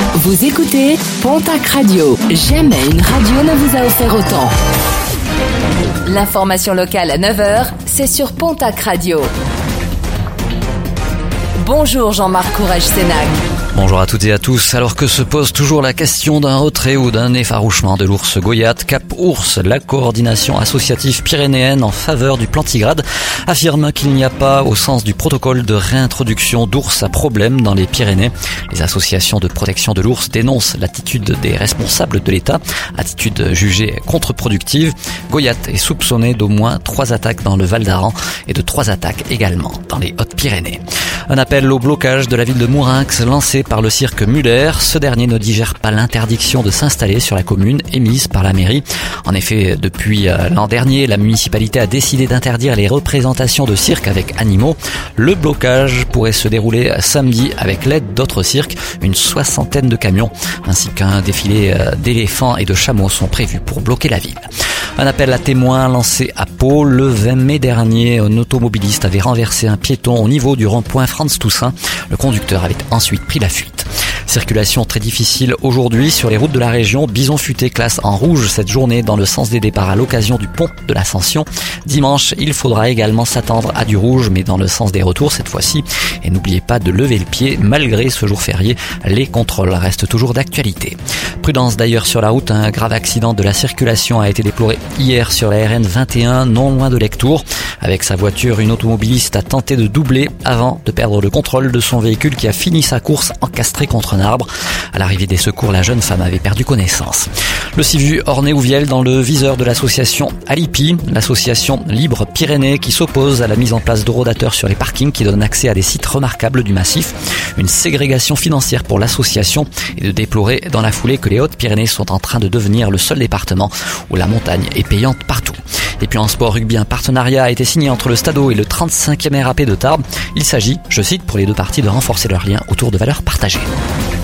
Vous écoutez Pontac Radio. Jamais une radio ne vous a offert autant. L'information locale à 9h, c'est sur Pontac Radio. Bonjour Jean-Marc Courage-Sénac. Bonjour à toutes et à tous. Alors que se pose toujours la question d'un retrait ou d'un effarouchement de l'ours Goliath, Cap Ours, la coordination associative pyrénéenne en faveur du plantigrade, affirme qu'il n'y a pas, au sens du protocole de réintroduction d'ours à problème dans les Pyrénées. Les associations de protection de l'ours dénoncent l'attitude des responsables de l'État, attitude jugée contre-productive. Goliath est soupçonné d'au moins 3 attaques dans le Val d'Aran et de 3 attaques également dans les Hautes-Pyrénées. Un appel au blocage de la ville de Mourinx lancé par le cirque Muller. Ce dernier ne digère pas l'interdiction de s'installer sur la commune émise par la mairie. En effet, depuis l'an dernier, la municipalité a décidé d'interdire les représentations de cirque avec animaux. Le blocage pourrait se dérouler samedi avec l'aide d'autres cirques. Une 60aine de camions ainsi qu'un défilé d'éléphants et de chameaux sont prévus pour bloquer la ville. Un appel à témoins lancé à Pau. Le 20 mai dernier, un automobiliste avait renversé un piéton au niveau du rond-point Franz Toussaint. Le conducteur avait ensuite pris la fuite. Circulation très difficile aujourd'hui sur les routes de la région. Bison Futé classe en rouge cette journée dans le sens des départs à l'occasion du pont de l'Ascension. Dimanche, il faudra également s'attendre à du rouge, mais dans le sens des retours cette fois-ci. Et n'oubliez pas de lever le pied. Malgré ce jour férié, les contrôles restent toujours d'actualité. Prudence d'ailleurs sur la route. Un grave accident de la circulation a été déploré hier sur la RN 21, non loin de Lectoure. Avec sa voiture, une automobiliste a tenté de doubler avant de perdre le contrôle de son véhicule qui a fini sa course encastré contre un arbre. À l'arrivée des secours, la jeune femme avait perdu connaissance. Le Civu Ornay-Ouviel dans le viseur de l'association Alipi, l'association Libre Pyrénées qui s'oppose à la mise en place d'horodateurs sur les parkings qui donnent accès à des sites remarquables du massif. Une ségrégation financière pour l'association et de déplorer dans la foulée que les Hautes-Pyrénées sont en train de devenir le seul département où la montagne est payante partout. Et puis en sport rugby, un partenariat a été signé entre le Stadeau et le 35e RAP de Tarbes. Il s'agit, je cite, pour les deux parties de renforcer leurs liens autour de valeurs partagées.